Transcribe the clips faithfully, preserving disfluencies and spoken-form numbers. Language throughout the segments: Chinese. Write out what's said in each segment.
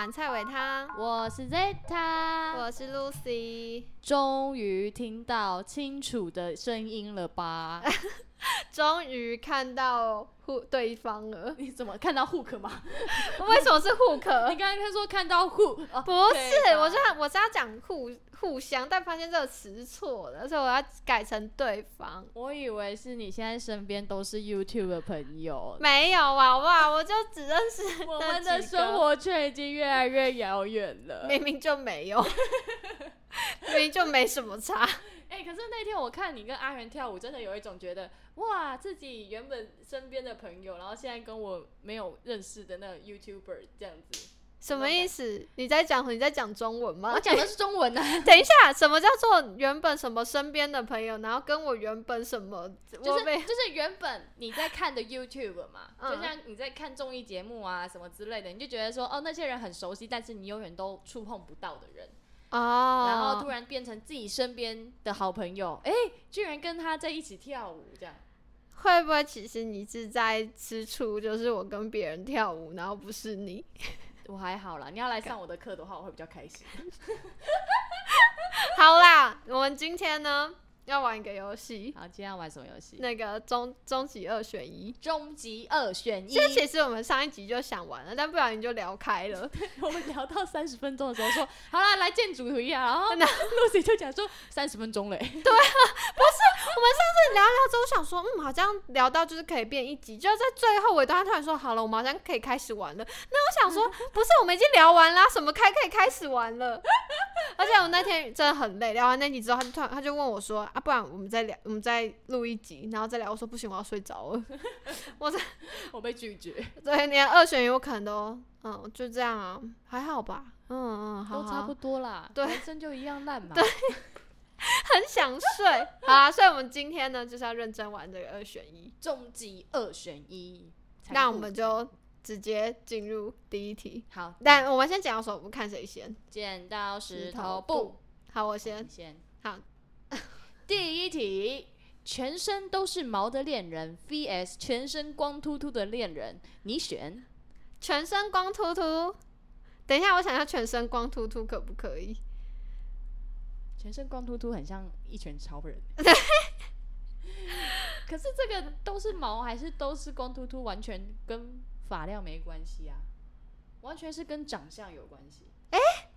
玩菜尾汤， 我是 Zeta， 我是 Lucy。 终于听到清楚的声音了吧？ 终于看到对方了。 你怎么看到 hook 吗？ 为什么是 hook？ 你刚刚说看到 hook，、哦、 不是，我是我是要讲互互相，但发现这个词是错的，所以我要改成对方。 我以为是你现在身边都是 YouTube 的朋友， 没有啊，好不好？我就只认识我们的生活圈已经越来越遥远了。 明明就没有，明明就没什么差。 哎、欸，可是那天我看你跟阿元跳舞，真的有一种觉得，哇，自己原本身边的朋友，然后现在跟我没有认识的那个 YouTuber 这样子， 什么意思？你在讲你在讲中文吗？ 我讲的是中文啊。 等一下，什么叫做原本什么身边的朋友，然后跟我原本什么？ 就是就是原本你在看的 YouTube 嘛， 嗯、 就像你在看综艺节目啊什么之类的，你就觉得说，哦，那些人很熟悉，但是你永远都触碰不到的人。 哦， 然后突然变成自己身边的好朋友，哎，居然跟他在一起跳舞，这样会不会其实你是在吃醋？就是我跟别人跳舞，然后不是你。 我还好啦，你要来上我的课的话，我会比较开心。 好啦，我们今天呢要玩一个游戏。 好，今天要玩什么游戏？ 那个终终极二选一。 终极二选一。 这其实我们上一集就想玩了，但不小心就聊开了。 我们聊到三十分钟的时候说，好啦，来见主题啊，然后 Lucy 就讲说三十分钟嘞。对啊，不是，我们上次聊一聊之后想说，嗯，好像聊到就是可以变一集，就在最后尾段，他突然说好了，我们好像可以开始玩了。那我想说，不是，我们已经聊完啦，什么开可以开始玩了？而且我那天真的很累，聊完那集之后，他就突然他就问我说啊，不然我们再聊，我们再录一集，然后再聊。我说不行，我要睡着了。我我被拒绝。 对，连二选一我可能都嗯就这样啊，还好吧，嗯嗯，好好都差不多啦， 对， 人生就一样烂嘛。 对，很想睡。好啊，所以我们今天呢就是要认真玩这个二选一， 终极二选一。 那我们就直接进入第一题。 好， 但我们先剪刀手布，看谁先。 剪刀石头布。 好，我先。 先。 好。 第一题，全身都是毛的恋人 V S 全身光秃秃的恋人，你选？ 全身光秃秃。等一下，我想一下，全身光秃秃可不可以？ 全身光秃秃很像一拳超人。可是这个都是毛还是都是光秃秃，完全跟发量没关系啊，完全是跟长相有关系。 哎、欸，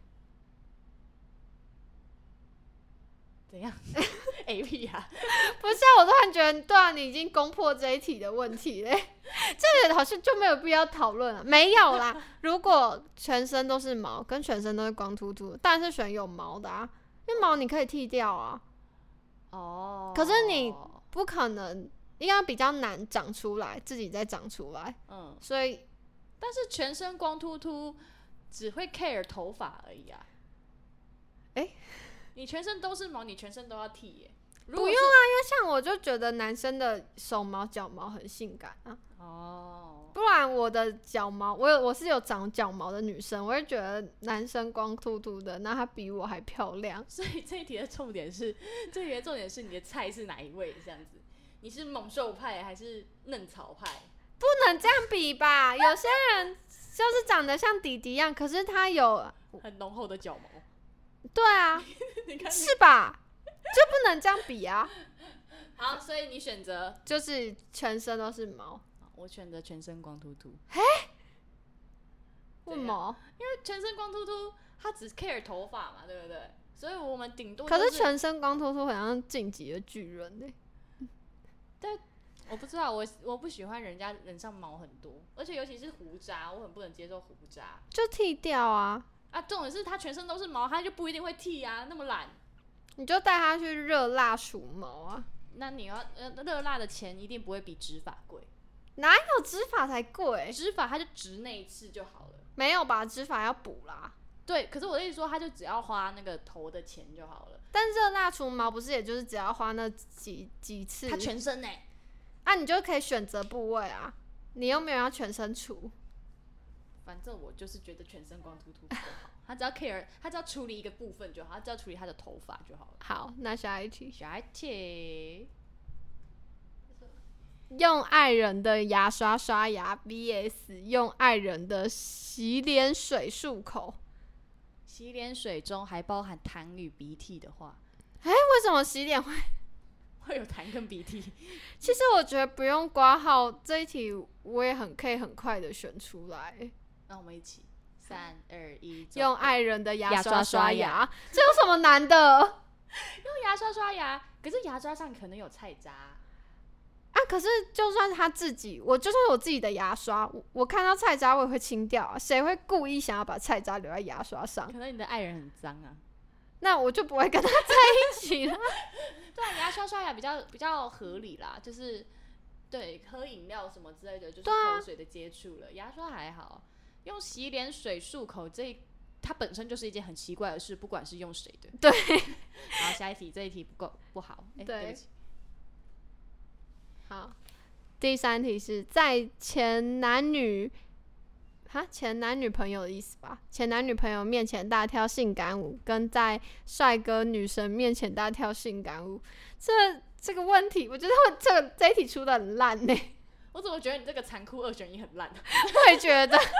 怎样？A P 啊？ 不是啊，我突然觉得，对啊，你已经攻破这一题的问题嘞，这个好像就没有必要讨论了。没有啦，如果全身都是毛，跟全身都是光秃秃，当然是选有毛的啊，因为毛你可以剃掉啊。 哦。 可是你不可能，应该比较难长出来，自己再长出来。嗯。所以， 但是全身光秃秃，只会 care 头发而已啊。哎、欸。你全身都是毛，你全身都要剃耶？ 不用啊，因为像我就觉得男生的手毛、脚毛很性感啊。哦。不然我的脚毛，我有我是有长脚毛的女生，我会觉得男生光秃秃的，那他比我还漂亮。 所以这一题的重点是，这一题的重点是你的菜是哪一位？这样子，你是猛兽派还是嫩草派？ 不能这样比吧？有些人就是长得像弟弟一样，可是他有很浓厚的脚毛。 对啊，是吧？就不能这样比啊。 好，所以你选择就是全身都是毛。 我选择全身光秃秃。 嘿，为什么？ 因为全身光秃秃，他只 care 头发嘛，对不对？所以我们顶多、 就是。可是全身光秃秃，好像晋级的巨人呢、欸。 但我不知道，我我不喜欢人家人上毛很多，而且尤其是胡渣，我很不能接受胡渣。 就剃掉啊。 啊，重点是他全身都是毛，他就不一定会剃啊，那么懒。 你就带他去热蜡除毛啊。 那你要呃热蜡的钱一定不会比植发贵。 哪有植发才贵？ 植发他就植那一次就好了。 没有吧？植发要补啦。 对，可是我的意思说，他就只要花那个头的钱就好了。 但热蜡除毛不是也就是只要花那几几次？ 他全身呢、欸？ 啊，你就可以选择部位啊，你又没有要全身除。 反正我就是觉得全身光秃秃就好，他只要 care， 他只要处理一个部分就好，他只要处理他的头发就好了。 好，那下一题。 下一题， 用爱人的牙刷刷牙 V S 用爱人的洗脸水漱口。 洗脸水中还包含痰与鼻涕的话， 哎、为什么洗脸会会有痰跟鼻涕？ 其实我觉得不用挂号，这一题我也很可以很快的选出来。 那我们一起，三二一， 用爱人的牙刷刷牙， 牙刷刷这有什么难的？ 用牙刷刷牙，可是牙刷上可能有菜渣啊，可是就算他自己，我就算我自己的牙刷，我我看到菜渣我也会清掉啊，谁会故意想要把菜渣留在牙刷上？ 可能你的爱人很脏啊， 那我就不会跟他在一起了。 对啊，牙刷刷牙比较比较合理啦，就是对喝饮料什么之类的，就是口水的接触了，啊、牙刷还好。用洗脸水漱口，这它本身就是一件很奇怪的事，不管是用谁的。 对。 好，下一题，这一题不够不好，欸、对，对不起。 好，第三题是在前男女，哈，前男女朋友的意思吧？前男女朋友面前大跳性感舞，跟在帅哥女神面前大跳性感舞，这这个问题，我觉得我这个这一题出的很烂呢、欸。 我怎么觉得你这个残酷二选一很烂？ 我也觉得，这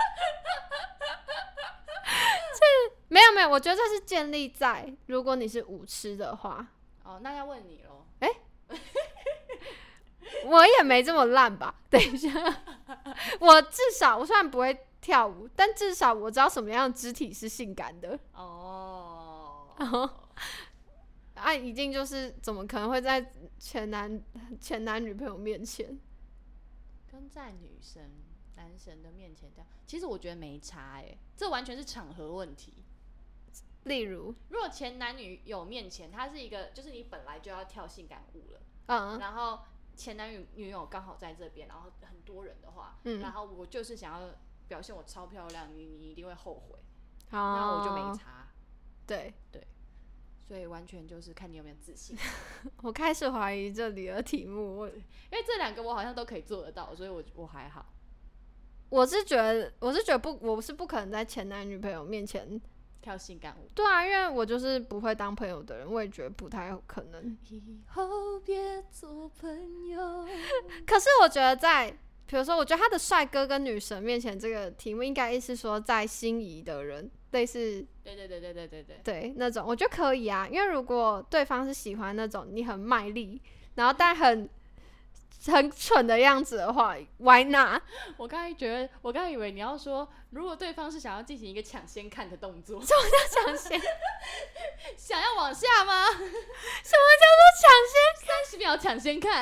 没有没有，我觉得这是建立在如果你是舞痴的话。 哦，那要问你咯。 哎、欸，我也没这么烂吧？等一下，我至少我虽然不会跳舞，但至少我知道什么样的肢体是性感的。 哦， 啊，一定就是怎么可能会在前男前男女朋友面前？ 跟在女生、男神的面前跳，其实我觉得没差哎、欸，这完全是场合问题。 例如， 如果前男女友面前，他是一个，就是你本来就要跳性感舞了， 嗯， 然后前男女女友刚好在这边，然后很多人的话， 嗯， 然后我就是想要表现我超漂亮，你你一定会后悔， 哦， 然后我就没差。 对对，所以完全就是看你有没有自信。 我开始怀疑这里的题目，我因为这两个我好像都可以做得到，所以我我还好。 我是觉得，我是觉得不，我是不可能在前男女朋友面前跳性感舞。 对啊，因为我就是不会当朋友的人，我也觉得不太有可能。 以后别做朋友。 可是我觉得在，比如说，我觉得他的帅哥跟女神面前这个题目，应该是说在心仪的人，类似， 对对对对对对对， 对那种，我觉得可以啊。因为如果对方是喜欢那种你很卖力，然后但很很蠢的样子的话 ，Why not？ 我刚才觉得，我刚才以为你要说，如果对方是想要进行一个抢先看的动作， 什么叫抢先？ 想要往下吗？ 什么叫做抢先？ 三十秒抢先看，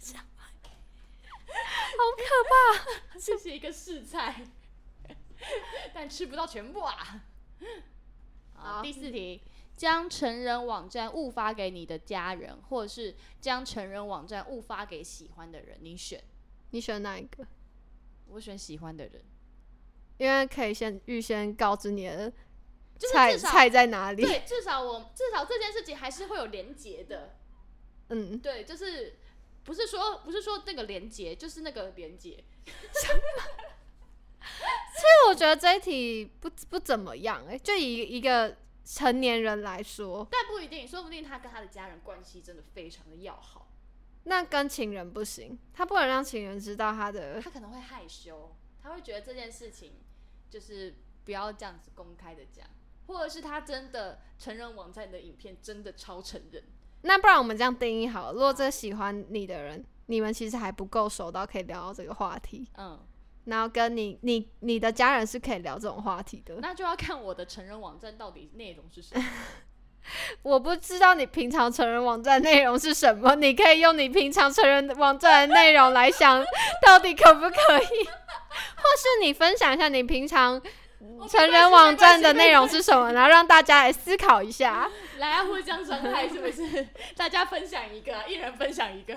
好可怕！ 这是一个试菜，但吃不到全部啊。好，第四题。将成人网站误发给你的家人，或者是将成人网站误发给喜欢的人，你选？ 你选哪一个？ 我选喜欢的人， 因为可以先预先告知你的就是菜至少菜在哪里。 对，至少我至少这件事情还是会有连结的。 嗯， 对，就是不是说不是说那个连结，就是那个连结。 其实我觉得这一题不不怎么样哎、欸，就以一个成年人来说， 但不一定，说不定他跟他的家人关系真的非常的要好。 那跟情人不行，他不能让情人知道他的， 他可能会害羞，他会觉得这件事情就是不要这样子公开的讲，或者是他真的成人网站的影片真的超成人。 那不然我们这样定义好了，如果这个喜欢你的人，你们其实还不够熟到可以聊到这个话题， 嗯， 然后跟你你你的家人是可以聊这种话题的， 那就要看我的成人网站到底内容是什么。 我不知道你平常成人网站内容是什么，你可以用你平常成人网站的内容来想，到底可不可以？或是你分享一下你平常成人网站的内容是什么，然后让大家来思考一下。 来啊，互相伤害是不是？大家分享一个、啊，一人分享一个。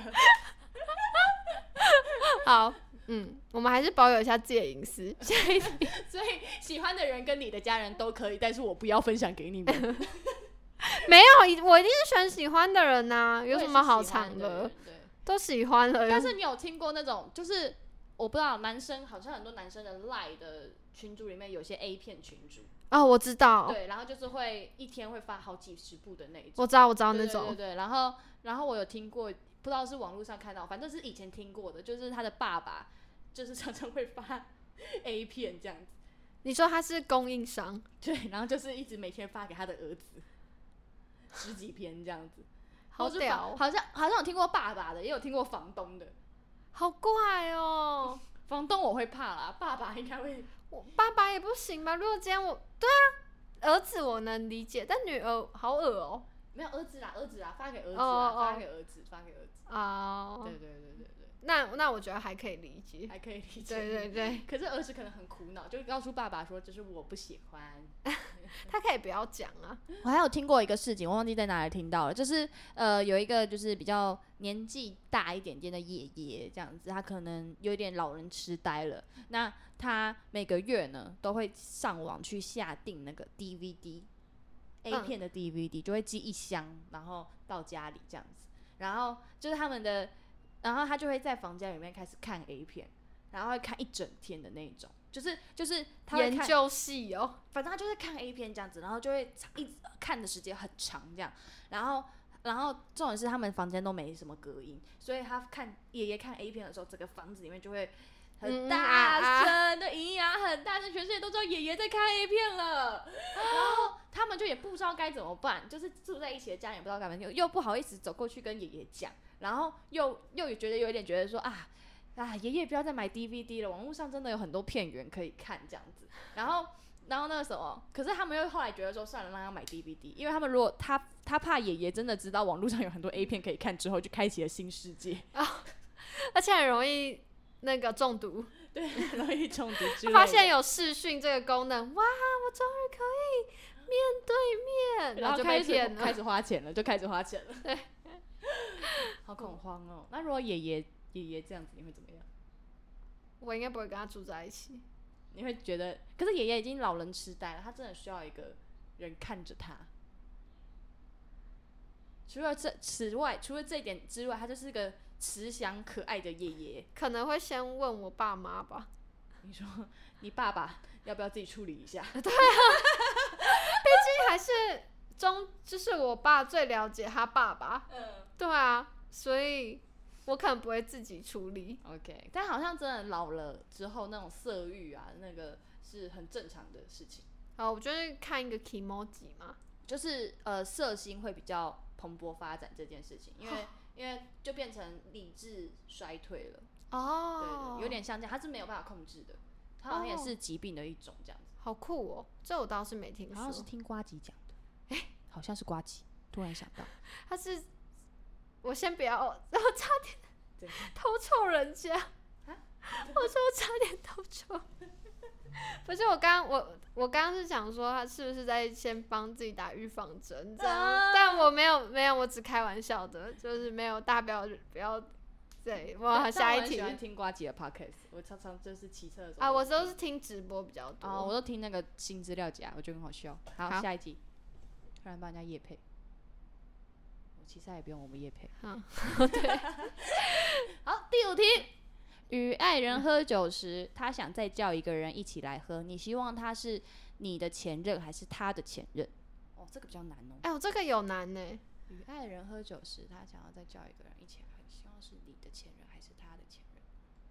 好，嗯，我们还是保有一下自己的隐私。下一题， 所以喜欢的人跟你的家人都可以，但是我不要分享给你们。 没有，我一定是选喜欢的人呐、啊，有什么好藏的？ 的？都喜欢了。 但是你有听过那种，就是我不知道，男生好像很多男生的 Line 的群组里面有些 A 片群组。 哦，我知道。 对，然后就是会一天会发好几十部的那一种。 我知道，我知道那种。 对对对对，然后然后我有听过不知道是网络上看到，反正是以前听过的，就是他的爸爸就是常常会发 A 片这样子。 你说他是供应商？ 对，然后就是一直每天发给他的儿子十几篇这样子。 好屌、哦！ 好像好像有听过爸爸的，也有听过房东的。 好怪哦！ 房东我会怕啦，爸爸应该会。 我爸爸也不行吧？如果今天我对啊，儿子我能理解，但女儿好恶哦。 没有儿子啦，儿子啦，发给儿子啦， oh, oh. 发给儿子，发给儿子。 哦、oh. 对对对对对。 那那我觉得还可以理解， 还可以理解。 对对对。 可是儿子可能很苦恼，就告诉爸爸说：“这是我不喜欢。” 他可以不要讲啊。 我还有听过一个事情，我忘记在哪里听到了，就是呃有一个就是比较年纪大一点点的爷爷这样子，他可能有点老人痴呆了。那他每个月呢都会上网去下订那个 D V D。A 片的 D V D、嗯、就会寄一箱，然后到家里这样子，然后就是他们的，然后他就会在房间里面开始看 A 片，然后会看一整天的那种，就是就是他会看研究系哦， 反正他就是看 A 片这样子，然后就会一直看的时间很长这样，然后然后重点是他们房间都没什么隔音，所以他看爷爷看 A 片的时候，整个房子里面就会很大声的咿呀，很大声，全世界都知道爷爷在看 A 片了，然后他们就也不知道该怎么办，就是住在一起的家人也不知道该怎么办，又不好意思走过去跟爷爷讲，然后又又也觉得有一点觉得说啊啊，爷爷不要再买 D V D 了，网络上真的有很多片源可以看这样子，然后然后那个什么，可是他们又后来觉得说算了，让他买 D V D， 因为他们如果他他怕爷爷真的知道网络上有很多 A 片可以看之后，就开启了新世界啊、哦， 而且很容易那个中毒， 对，很容易中毒之类的。 发现有视讯这个功能，哇，我终于可以面对面，然后就被骗了， 开始花钱了，就开始花钱了， 对， 好恐慌哦。那如果爷爷爷爷这样子，你会怎么样？ 我应该不会跟他住在一起。 你会觉得，可是爷爷已经老人痴呆了，他真的需要一个人看着他。除了这此外，除了这一点之外，他就是个慈祥可爱的爷爷。 可能会先问我爸妈吧。 你说你爸爸要不要自己处理一下？ 对啊，毕竟还是中，就是我爸最了解他爸爸。嗯，对啊，所以我可能不会自己处理。 OK， 但好像真的老了之后，那种色欲啊，那个是很正常的事情。 哦，我就是看一个 kimoji 嘛， 就是呃色心会比较蓬勃发展这件事情，因为、哦、因为就变成理智衰退了。哦，对对，有点像这样，它是没有办法控制的，它好像也是疾病的一种这样子。 哦、好酷哦，这我倒是没听说。 好像是听呱吉讲的，哎、欸，好像是呱吉，突然想到， 他是，我先不要，我差点偷臭人家，我说我差点偷臭。不是我刚我我刚刚是想说他是不是在先帮自己打预防针这样、啊，但我没有没有，我只开玩笑的，就是没有大不了不要。对，我下一题。我很喜欢听呱吉的 podcast， 我常常就是骑车的时候。 啊，我都是听直播比较多。 啊，我都听那个新资料夹，我觉得很好笑。好，好下一集，突然帮人家业配，我其实也不用我们业配。 好，对。 好，第五题。与爱人喝酒时，他想再叫一个人一起来喝，你希望他是你的前任还是他的前任？哦，这个比较难哦。 哎、欸，我这个有难呢。 与爱人喝酒时，他想要再叫一个人一起来喝，希望是你的前任还是他的前任？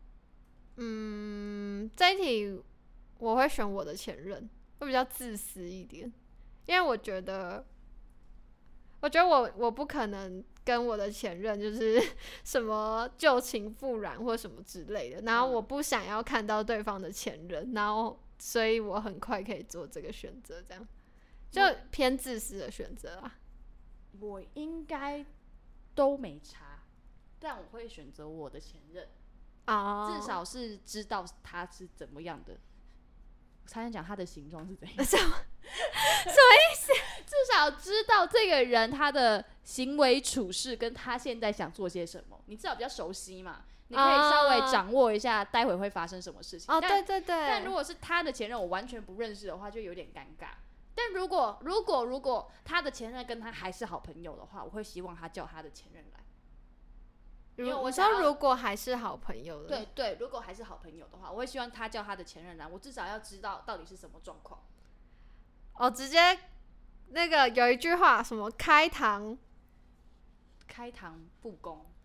嗯，这一题我会选我的前任，会比较自私一点，因为我觉得，我觉得我我不可能跟我的前任就是什么旧情复燃或什么之类的，然后我不想要看到对方的前任，然后所以我很快可以做这个选择，这样就偏自私的选择啊。 我应该都没差，但我会选择我的前任啊， oh. 至少是知道他是怎么样的。我才想讲他的形状是怎样， 什么什么意思？ 至少知道这个人他的行为处事跟他现在想做些什么，你至少比较熟悉嘛，你可以稍微掌握一下待会会发生什么事情。 哦， oh, 对对对。 但如果是他的前任，我完全不认识的话，就有点尴尬。但如果如果如果他的前任跟他还是好朋友的话，我会希望他叫他的前任来。因为我说如果还是好朋友的， 对对，如果还是好朋友的话，我会希望他叫他的前任来，我至少要知道到底是什么状况。 哦，直接那个有一句话，什么开膛开膛布公，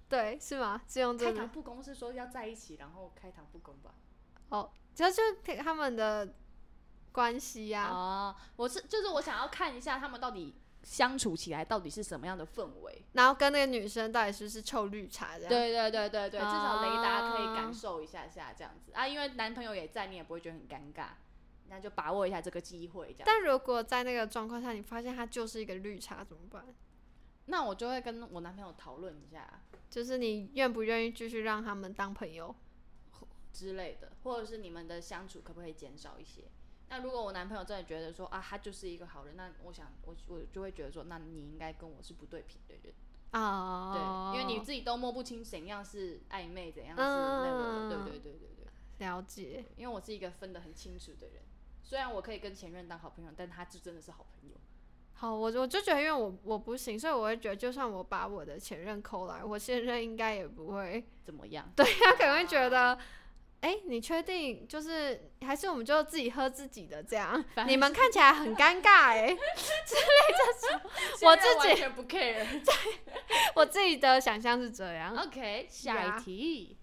对，是吗？是用这个开膛布公是说要在一起，然后开膛布公吧？ 哦，这就他们的关系呀。 哦，我是就是我想要看一下他们到底相处起来到底是什么样的氛围， 然后跟那个女生到底是不是臭绿茶这样？ 对对对对对， 哦至少雷达可以感受一下下这样子啊，因为男朋友也在，你也不会觉得很尴尬，那就把握一下这个机会这样。 但如果在那个状况下，你发现他就是一个绿茶怎么办？ 那我就会跟我男朋友讨论一下， 就是你愿不愿意继续让他们当朋友之类的，或者是你们的相处可不可以减少一些？那如果我男朋友真的觉得说啊，他就是一个好人，那我想我我就会觉得说，那你应该跟我是不对频的人啊、 哦，对，因为你自己都摸不清怎样是暧昧，怎样是那个，嗯、对对对对对， 了解。 因为我是一个分得很清楚的人，虽然我可以跟前任当好朋友，但他就真的是好朋友。 好，我我就觉得，因为我我不行，所以我会觉得，就算我把我的前任抠来，我现任应该也不会怎么样。 对，他可能会觉得，哎、欸，你确定？就是还是我们就自己喝自己的这样？你们看起来很尴尬哎、欸，之类这种，我自己完全不 care。 对，我自己的想象是这样。 OK， 下一题。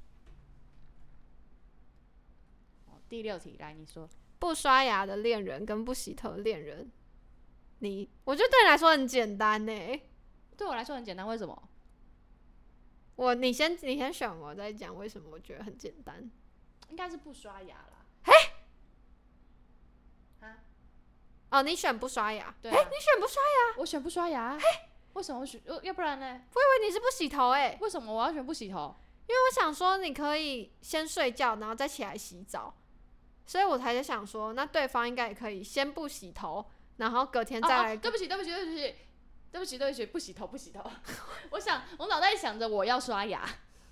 哦，第六题，来你说。 不刷牙的恋人跟不洗头的恋人。你，我觉得对你来说很简单呢、欸。 对我来说很简单，为什么？ 我你先你先选，我再讲为什么我觉得很简单。 应该是不刷牙啦。 嘿， 啊？ 哦，你选不刷牙？ 对、啊， 哎、你选不刷牙？ 我选不刷牙。嘿，为什么我选？要不然呢？ 我以为你是不洗头哎、欸。 为什么我要选不洗头？ 因为我想说你可以先睡觉，然后再起来洗澡，所以我才在想说，那对方应该也可以先不洗头。然后隔天再来、 哦哦。对不起，对不起，对不起，对不起，对不起，不洗头，不洗头。我想，我脑袋想着我要刷牙。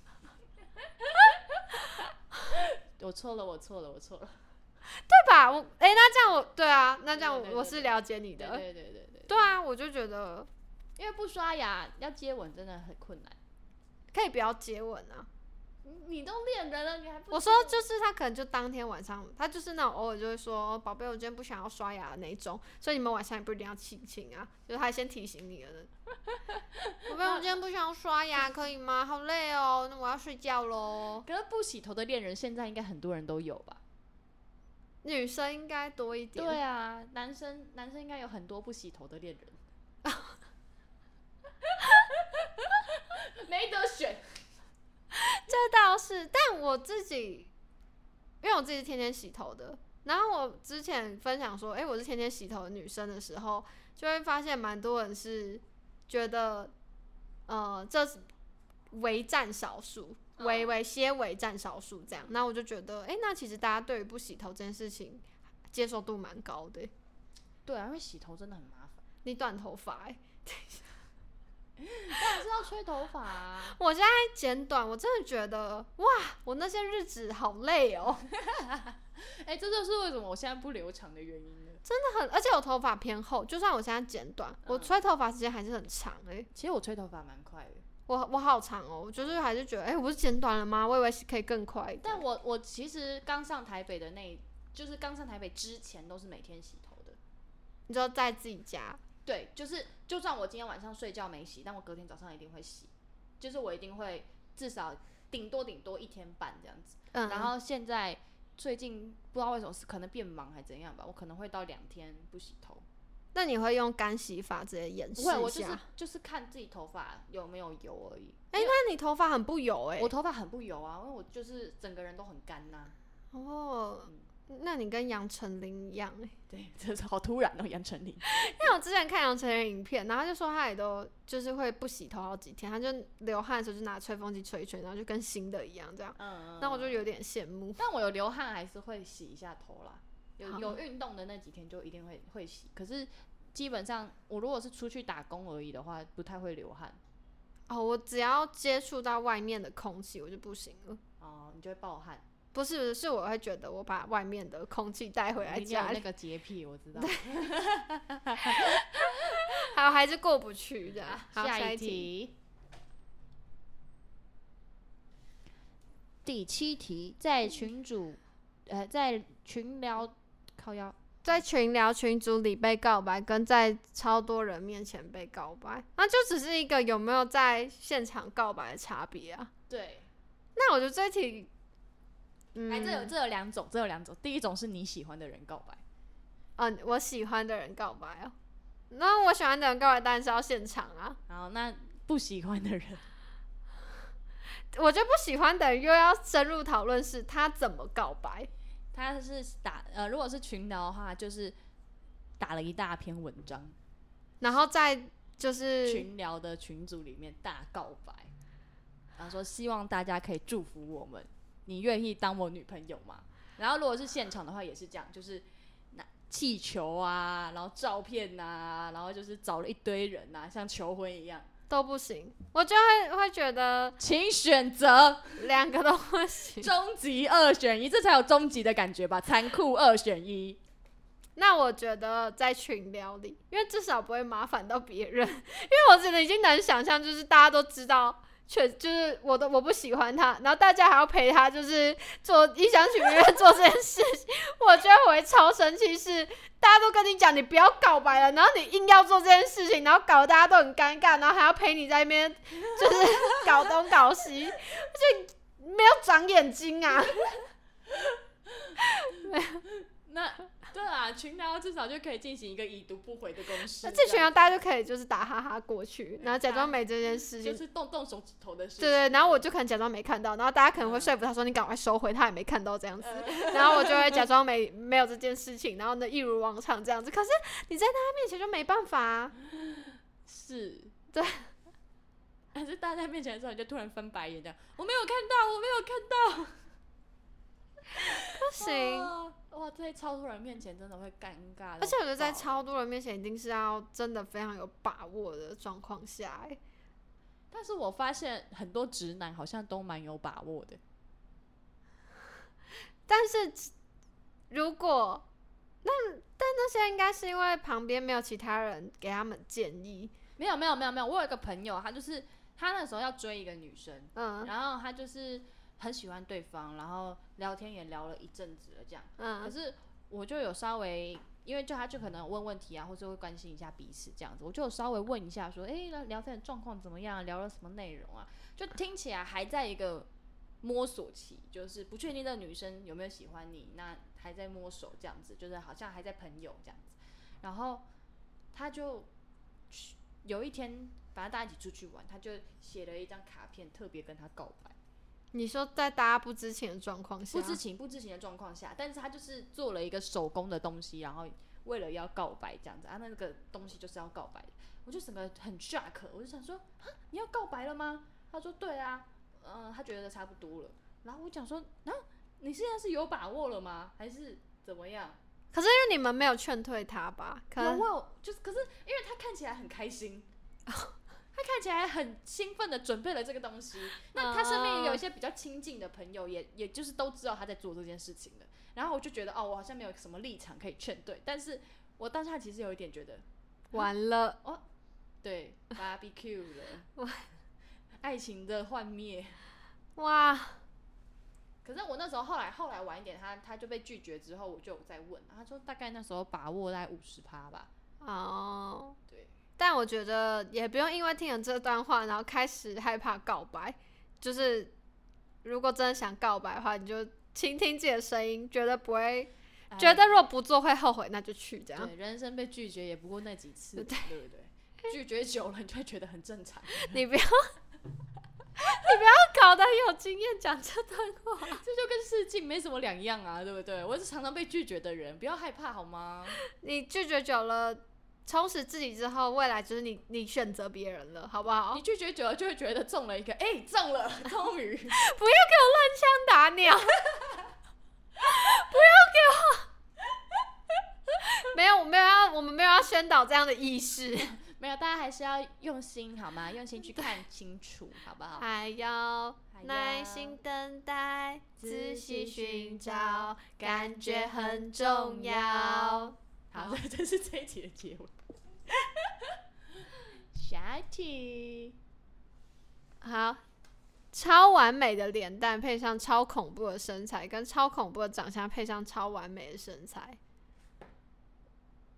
我错了，我错了，我错了， 对吧？我哎、欸，那这样我对啊，那这样我我是了解你的。 对对对对 对, 对啊，我就觉得， 因为不刷牙要接吻真的很困难。 可以不要接吻啊。 你都恋人了，你还不？ 我说就是他可能就当天晚上，他就是那种偶尔就会说，宝贝，我今天不想要刷牙的那种，所以你们晚上也不一定要亲亲啊，就是他先提醒你了。宝贝，我今天不想要刷牙，可以吗？好累哦，那我要睡觉喽。 可是不洗头的恋人现在应该很多人都有吧？ 女生应该多一点。 对啊，男生男生应该有很多不洗头的恋人。没得选。 这倒是，但我自己，因为我自己是天天洗头的，然后我之前分享说，哎、欸，我是天天洗头的女生的时候，就会发现蛮多人是觉得，呃，这为占少数，微微些微占少数这样。那我就觉得，哎、欸，那其实大家对于不洗头这件事情接受度蛮高的、欸。 对啊，因为洗头真的很麻烦。 你短头发哎、欸。 当然是要吹头发啊！ 我现在剪短，我真的觉得哇，我那些日子好累哦。 哎、欸，这就是为什么我现在不留长的原因了。 真的很，而且我头发偏厚，就算我现在剪短，嗯、我吹头发时间还是很长哎、欸。 其实我吹头发蛮快的。 我我好长哦，我就是还是觉得，哎、欸，我不是剪短了吗？我以为可以更快一点。 但我我其实刚上台北的那，就是刚上台北之前都是每天洗头的。 你就在自己家？ 对，就是就算我今天晚上睡觉没洗，但我隔天早上一定会洗，就是我一定会至少顶多顶多一天半这样子。嗯。然后现在最近不知道为什么是可能变忙还怎样吧，我可能会到两天不洗头。 那你会用干洗法直接演示一下？ 不会，我就是就是看自己头发有没有油而已。 哎、欸，那你头发很不油哎、欸？ 我头发很不油啊，因为我就是整个人都很干呐、啊。 哦。嗯，那你跟杨丞琳一样哎、欸， 对，这是好突然哦，杨丞琳。 因为我之前看杨丞琳影片，然后他就说他也都就是会不洗头好几天，他就流汗的时候就拿吹风机吹一吹，然后就跟新的一样这样。嗯，那我就有点羡慕。 但我有流汗还是会洗一下头啦，有有运动的那几天就一定会会洗。可是基本上我如果是出去打工而已的话，不太会流汗。 哦，我只要接触到外面的空气，我就不行了。 哦，你就会爆汗。 不是，是我会觉得我把外面的空气带回来家里。 你有那个洁癖，我知道。 还有还是过不去这样。好， 下一题。题第七题，在群主，呃，在群聊靠腰， 在群聊群组里被告白，跟在超多人面前被告白，那就只是一个有没有在现场告白的差别啊。 对， 那我觉得这一题， 嗯，哎，这有这有两种，这有两种。第一种是你喜欢的人告白， 嗯、呃，我喜欢的人告白哦。那我喜欢的人告白当然是要现场啊。 然后那不喜欢的人， 我觉得不喜欢的人又要深入讨论是他怎么告白。 他是打呃，如果是群聊的话，就是打了一大篇文章， 然后在就是群聊的群组里面大告白，然后说希望大家可以祝福我们，你愿意当我女朋友吗？然后如果是现场的话也是这样，就是拿气球啊，然后照片啊，然后就是找了一堆人啊，像求婚一样。 都不行，我就会会觉得， 请选择两个都不行， 终极二选一，这才有终极的感觉吧？残酷二选一。 那我觉得在群聊里，因为至少不会麻烦到别人，因为我真的已经能想象，就是大家都知道，确就是我都我不喜欢他，然后大家还要陪他，就是做一厢情愿做这件事情，我觉得我会超生气，是大家都跟你讲你不要告白了，然后你硬要做这件事情，然后搞得大家都很尴尬，然后还要陪你在那边就是搞东搞西，就没有长眼睛啊。 那对啊，群聊至少就可以进行一个已读不回的公式。 那这群聊大家就可以就是打哈哈过去，然后假装没这件事情， 就是动动手指头的事情。 对对，然后我就可能假装没看到，然后大家可能会说服他说你赶快收回，他也没看到这样子，然后我就会假装没没有这件事情，然后呢一如往常这样子。可是你在他面前就没办法啊。 是， 对。 但是大家面前的时候，你就突然翻白眼这样，我没有看到，我没有看到。 不行。 哦哇，在超多人面前真的会尴尬， 而且我觉得在超多人面前一定是要真的非常有把握的状况下、欸， 但是我发现很多直男好像都蛮有把握的。 但是如果那但那些应该是因为旁边没有其他人给他们建议。 没有没有没有没有，我有一个朋友，他就是他那时候要追一个女生，嗯，然后他就是很喜欢对方，然后聊天也聊了一阵子了，这样。嗯。可是我就有稍微，因为就他就可能问问题啊，或者会关心一下彼此这样子，我就有稍微问一下说，哎、欸，聊天的状况怎么样？聊了什么内容啊？就听起来还在一个摸索期，就是不确定这个女生有没有喜欢你，那还在摸索这样子，就是好像还在朋友这样子。然后他就有一天，反正大家一起出去玩，他就写了一张卡片，特别跟他告白。 你说在大家不知情的状况下， 不知情不知情的状况下，但是他就是做了一个手工的东西，然后为了要告白这样子啊，那个东西就是要告白的。我就整个很 shock， 我就想说，啊，你要告白了吗？他说对啊，嗯、呃，他觉得差不多了。然后我讲说，啊，你现在是有把握了吗？还是怎么样？ 可是因为你们没有劝退他吧？可能有我就是，可是因为他看起来很开心。他看起来很兴奋的准备了这个东西，那他身边也有一些比较亲近的朋友也，也就是都知道他在做这件事情的。然后我就觉得，哦，我好像没有什么立场可以劝对，但是我当下其实有一点觉得， 完了， 哦，对 ，barbecue 了，爱情的幻灭， 哇！ 可是我那时候后来后来晚一点，他他就被拒绝之后，我就有再问，他说大概那时候把握大概五十趴吧。 哦， 对。 但我觉得也不用因为听了这段话，然后开始害怕告白。就是如果真的想告白的话，你就倾听自己的声音，觉得不会，哎、觉得如果不做会后悔，那就去这样。 对，人生被拒绝也不过那几次，对对不对？拒绝久了，你就会觉得很正常。 你不要，你不要搞得很有经验讲这段话， 这就跟试镜没什么两样啊，对不对？我是常常被拒绝的人，不要害怕好吗？ 你拒绝久了。充实自己之后，未来就是你你选择别人了，好不好？ 你拒绝久了就会觉得中了一个，哎、欸，中了，终于！不要给我乱枪打鸟！不要给我！没有，我没有要，我们没有要宣导这样的意识。 没有，大家还是要用心好吗？用心去看清楚，好不好？ 还要耐心等待，仔细寻找，感觉很重要。 好，这是这一题的结尾。下一题， 好，超完美的脸蛋配上超恐怖的身材，跟超恐怖的长相配上超完美的身材。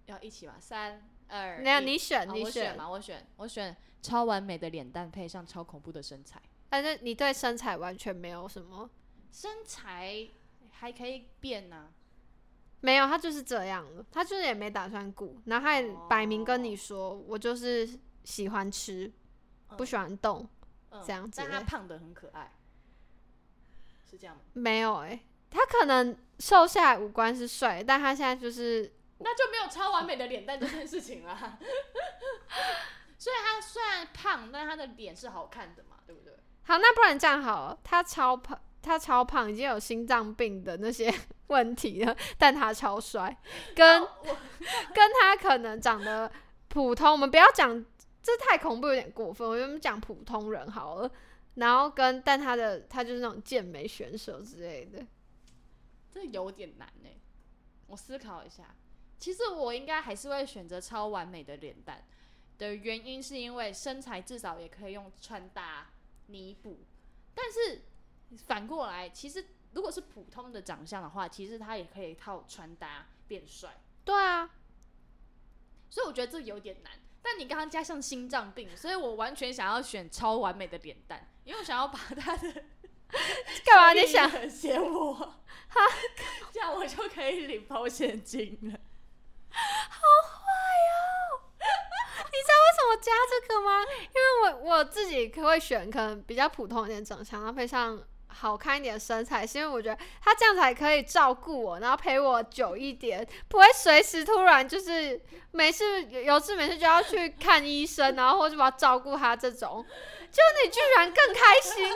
要一起吗？三二， 那你选， 哦、 你选、 我选嘛，我选，我选超完美的脸蛋配上超恐怖的身材。 但是你对身材完全没有什么？ 身材还可以变啊。 没有，他就是这样了，他就是也没打算顾，然后他也摆明跟你说，哦、我就是喜欢吃，嗯、不喜欢动，嗯、这样子。 但他胖得很可爱，是这样吗？ 没有哎、欸，他可能瘦下来五官是帅，但他现在就是， 那就没有超完美的脸蛋这件事情啦。所以他虽然胖，但他的脸是好看的嘛，对不对？ 好，那不然这样好了，他超胖。他超胖，已经有心脏病的那些问题了，但他超帅，跟跟他可能长得普通，我们不要讲这太恐怖，有点过分，我们讲普通人好了。然后跟但他的他就是那种健美选手之类的， 这有点难哎、欸。我思考一下，其实我应该还是会选择超完美的脸蛋的原因，是因为身材至少也可以用穿搭弥补，但是。反过来，其实如果是普通的长相的话，其实他也可以靠穿搭变帅。 对啊， 所以我觉得这有点难。但你刚刚加上心脏病，所以我完全想要选超完美的脸蛋，因为我想要把他的干嘛？你想嫌我？这样我就可以领保险金了。 好坏哦！你知道为什么加这个吗？因为我我自己会选可能比较普通一点长相，然后配上好看一点的身材，是因为我觉得他这样才可以照顾我，然后陪我久一点，不会随时突然就是没事有事没事就要去看医生，然后或者我要照顾他这种，就你居然更开心。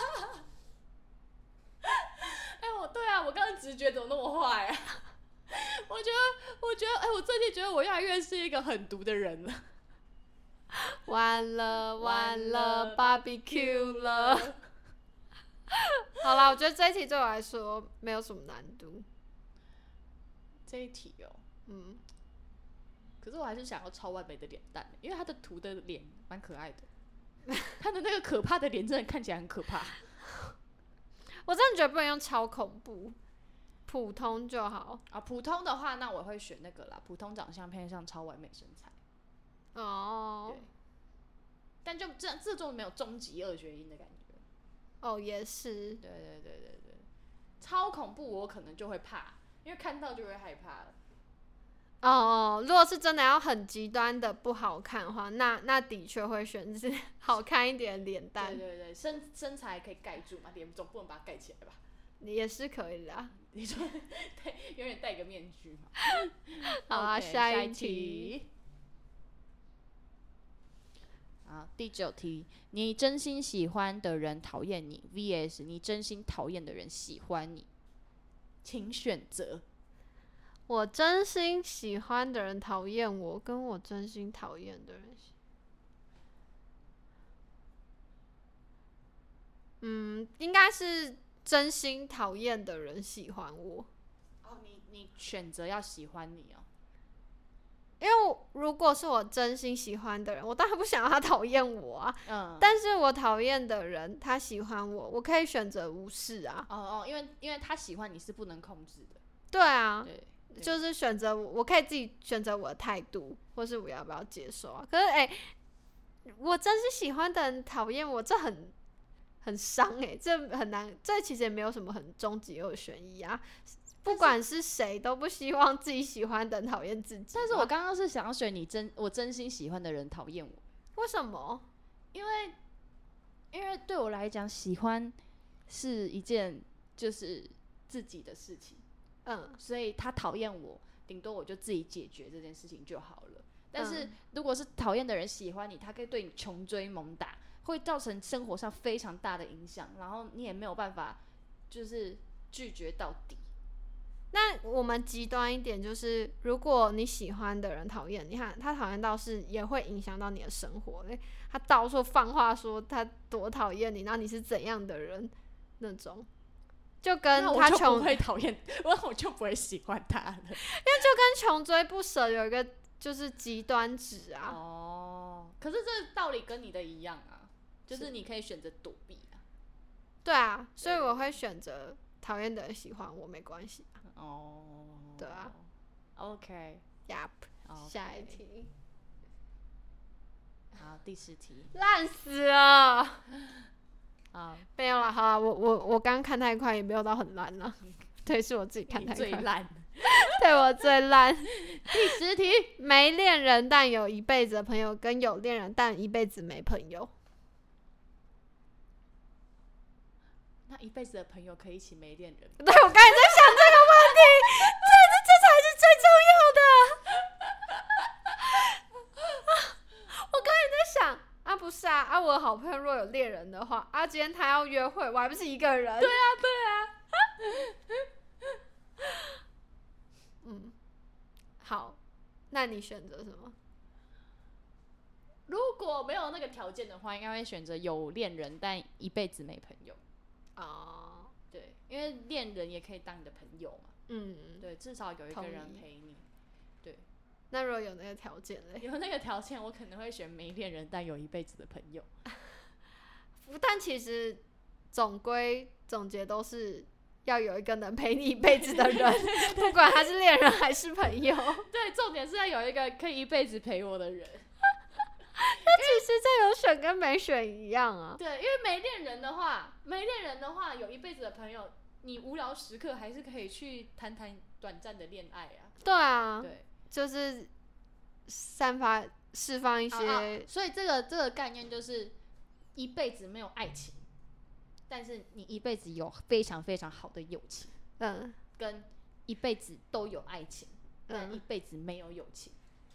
哎、欸，我对啊，我刚刚直觉怎么那么坏啊？我觉得，我觉得，哎、欸，我最近觉得我越来越是一个狠毒的人了。 完了完了 ，barbecue 了。好啦，我觉得这一题对我来说没有什么难度。 这一题哦， 嗯， 可是我还是想要超完美的脸蛋，因为他的图的脸蛮可爱的，他的那个可怕的脸真的看起来很可怕。 我真的觉得不能用超恐怖，普通就好啊。普通的话，那我会选那个啦，普通长相配上超完美身材。 哦， 对，但就这这种没有终极二选一的感觉。 哦，也是。 对对对对对，超恐怖我可能就会怕，因为看到就会害怕了。 哦，如果是真的要很极端的不好看的话，那那的确会选是好看一点的脸蛋。 对对对，身身材可以盖住嘛，脸总不能把它盖起来吧？ 也是可以的、啊。 你说对，永远戴个面具嘛。 好啊， okay, 下一题。 好，第九题，你真心喜欢的人讨厌你 V S 你真心讨厌的人喜欢你，请选择。 我真心喜欢的人讨厌我，跟我真心讨厌的人，嗯，应该是真心讨厌的人喜欢我。 哦，你你选择要喜欢你哦。 因为如果是我真心喜欢的人，我当然不想要他讨厌我啊。 嗯。 但是我讨厌的人，他喜欢我，我可以选择无视啊。 哦哦，因为因为他喜欢你是不能控制的。 对啊。 对。 就是选择我，我可以自己选择我的态度，或是我要不要接受啊。可是哎、欸，我真是喜欢的人讨厌我，这很很伤哎，这很难，这其实也没有什么很终极二选一啊。不管是谁都不希望自己喜欢的人讨厌自己。 但是我刚刚是想要选你真我真心喜欢的人讨厌我。 为什么？ 因为因为对我来讲，喜欢是一件就是自己的事情。嗯，所以他讨厌我，顶多我就自己解决这件事情就好了。但是如果是讨厌的人喜欢你，他可以对你穷追猛打，会造成生活上非常大的影响，然后你也没有办法就是拒绝到底。 那我们极端一点，就是如果你喜欢的人讨厌你，看他讨厌到是也会影响到你的生活嘞。他到处放话说他多讨厌你，然后你是怎样的人那种。就跟他穷， 那我就不会讨厌，我就不会喜欢他了。因为就跟穷追不舍有一个就是极端值啊。 哦，可是这道理跟你的一样啊，就是你可以选择躲避啊。 对啊，所以我会选择讨厌的人喜欢我没关系啊。 哦， 对啊。 OK， Yup。 Okay. 下一题。 好，第十题。 烂死了。 好， 没有啦，好啦，我我我刚看太快，也没有到很烂啦。对，是我自己看太快。 最烂。 对，我最烂。 第十题， 没恋人但有一辈子的朋友，跟有恋人但一辈子没朋友。 那一辈子的朋友可以一起没恋人？ 对，我刚才在想这个问题，这这这才是最重要的。我刚才在想啊，不是啊，啊，我的好朋友若有恋人的话，啊，今天他要约会，我还不是一个人？ 对啊，对啊。 嗯，好，那你选择什么？ 如果没有那个条件的话，应该会选择有恋人但一辈子没朋友。 哦， 对，因为恋人也可以当你的朋友嘛。 嗯， 对，至少有一个人陪你。对， 那如果有那个条件嘞？ 有那个条件，我可能会选没恋人但有一辈子的朋友。 但其实总归总结都是要有一个能陪你一辈子的人，不管他是恋人还是朋友。 对，重点是要有一个可以一辈子陪我的人。 那其实这有选跟没选一样啊。 对，因为没恋人的话，没恋人的话，有一辈子的朋友，你无聊时刻还是可以去谈谈短暂的恋爱啊。 对啊， 对， 就是散发释放一些、 啊啊。所以这个这个概念就是一辈子没有爱情，但是你一辈子有非常非常好的友情。 嗯， 跟一辈子都有爱情，但一嗯， 辈子没有友情。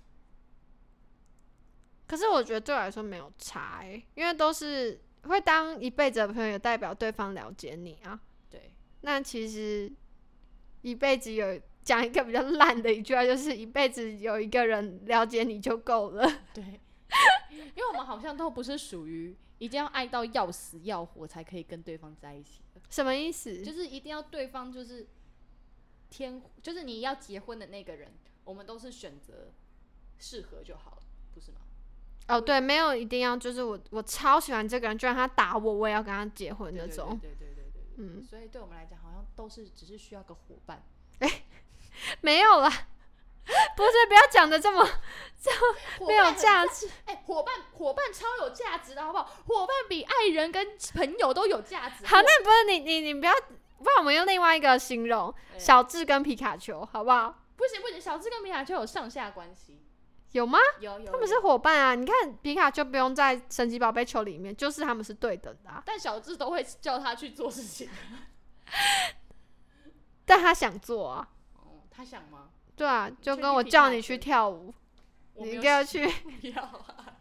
可是我觉得对我来说没有差哎、欸，因为都是会当一辈子的朋友，代表对方了解你啊。 对， 那其实一辈子有讲一个比较烂的一句话，就是一辈子有一个人了解你就够了。 对，因为我们好像都不是属于一定要爱到要死要活才可以跟对方在一起的。 什么意思？ 就是一定要对方就是天，就是你要结婚的那个人，我们都是选择适合就好了，不是吗？ 哦，对，没有一定要，就是我我超喜欢这个人，就算他打我，我也要跟他结婚那种。 对对对对对对对。 嗯， 所以对我们来讲，好像都是只是需要个伙伴。 没有啦，不是，不要讲的这么这么没有价值。 哎、欸，伙伴伙伴超有价值的，好不好？伙伴比爱人跟朋友都有价值。 好，那不是你你你不要，不然我们用另外一个形容，小智跟皮卡丘，好不好？ 不行不行，小智跟皮卡丘有上下关系。 有吗？ 有 有, 有， 他们是伙伴啊！你看皮卡丘不用在神奇宝贝球里面，就是他们是对等的啊。 但小智都会叫他去做事情， 但他想做啊。 哦，他想吗？ 对啊，就跟我叫你去跳舞，你应该要去。 不要啊！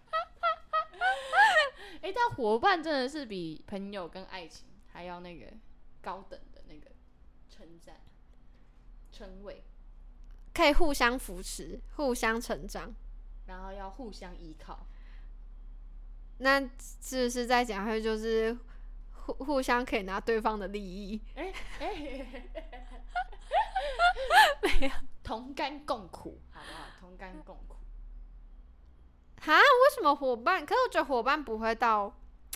哎、欸，但伙伴真的是比朋友跟爱情还要那个高等的那个称赞、称谓。 可以互相扶持，互相成长， 然后要互相依靠。 那是不是在讲会就是互互相可以拿对方的利益？ 哎哎、欸， 没有， 同甘共苦，好不好？同甘共苦。 哈？为什么伙伴？可是我觉得伙伴不会到，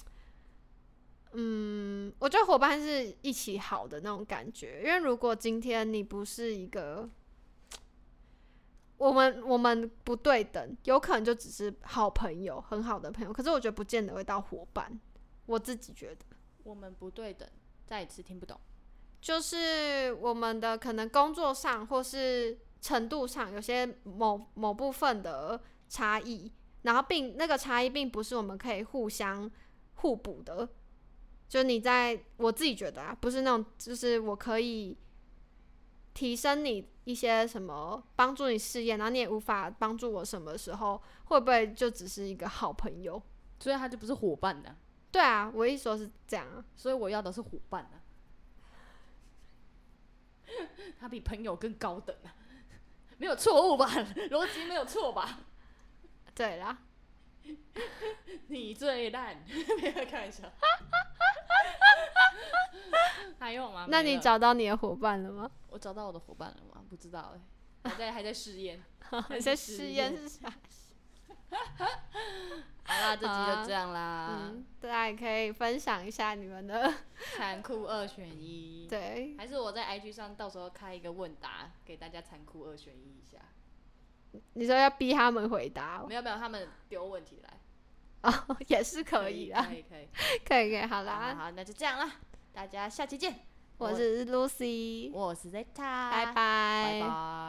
嗯，我觉得伙伴是一起好的那种感觉。因为如果今天你不是一个。我们我们不对等，有可能就只是好朋友，很好的朋友。可是我觉得不见得会到伙伴，我自己觉得。 我们不对等，再一次听不懂。 就是我们的可能工作上或是程度上有些某某部分的差异，然后并那个差异并不是我们可以互相互补的。就你在我自己觉得啊，不是那种就是我可以提升你一些什么，帮助你事业，然后你也无法帮助我什么时候，会不会就只是一个好朋友？ 所以他就不是伙伴的、啊。 对啊，我一说是这样啊。 所以我要的是伙伴啊，他比朋友更高等啊，没有错误吧？逻辑没有错吧？ 对啦， 你最烂，没有开玩笑。还有吗？ 那你找到你的伙伴了吗？ 我找到我的伙伴了吗？不知道哎、欸，还在还在试验， 还在试验是啥？ 好啦，这集就这样啦。 嗯，大家也可以分享一下你们的残酷二选一。 对， 还是我在 I G 上到时候开一个问答，给大家残酷二选一一下。 你说要逼他们回答哦？ 没有没有，他们丢问题来。 哦，也是可以啦， 可以可以可以可以，好好啦， 好，那就这样啦，大家下期见。 我是 Lucy， 我是 Zeta， 拜拜拜拜。